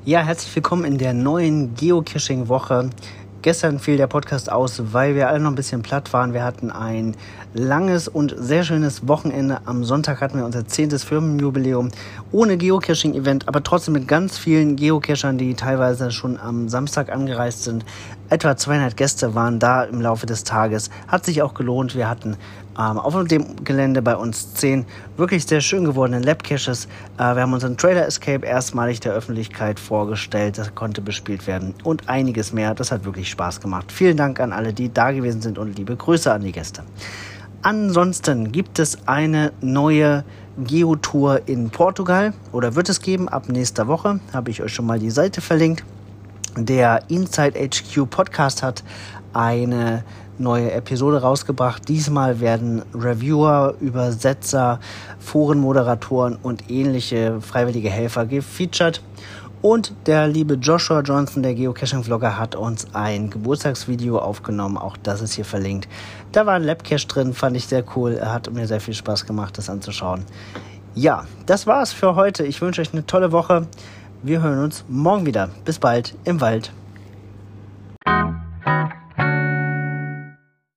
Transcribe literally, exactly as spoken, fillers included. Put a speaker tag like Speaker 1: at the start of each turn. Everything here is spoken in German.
Speaker 1: Ja, herzlich willkommen in der neuen Geocaching-Woche. Gestern fiel der Podcast aus, weil wir alle noch ein bisschen platt waren. Wir hatten ein langes und sehr schönes Wochenende. Am Sonntag hatten wir unser zehntes Firmenjubiläum ohne Geocaching-Event, aber trotzdem mit ganz vielen Geocachern, die teilweise schon am Samstag angereist sind. Etwa zweihundert Gäste waren da im Laufe des Tages. Hat sich auch gelohnt. Wir hatten ähm, auf dem Gelände bei uns zehn wirklich sehr schön gewordene Lab-Caches. Äh, wir haben unseren Trailer Escape erstmalig der Öffentlichkeit vorgestellt. Das konnte bespielt werden und einiges mehr. Das hat wirklich Spaß gemacht. Vielen Dank an alle, die da gewesen sind und liebe Grüße an die Gäste. Ansonsten gibt es eine neue Geotour in Portugal oder wird es geben ab nächster Woche. Habe ich euch schon mal die Seite verlinkt. Der Inside H Q Podcast hat eine neue Episode rausgebracht. Diesmal werden Reviewer, Übersetzer, Forenmoderatoren und ähnliche freiwillige Helfer gefeatured. Und der liebe Joshua Johnson, der Geocaching-Vlogger, hat uns ein Geburtstagsvideo aufgenommen. Auch das ist hier verlinkt. Da war ein Labcache drin, fand ich sehr cool. Er hat mir sehr viel Spaß gemacht, das anzuschauen. Ja, das war's für heute. Ich wünsche euch eine tolle Woche. Wir hören uns morgen wieder. Bis bald im Wald.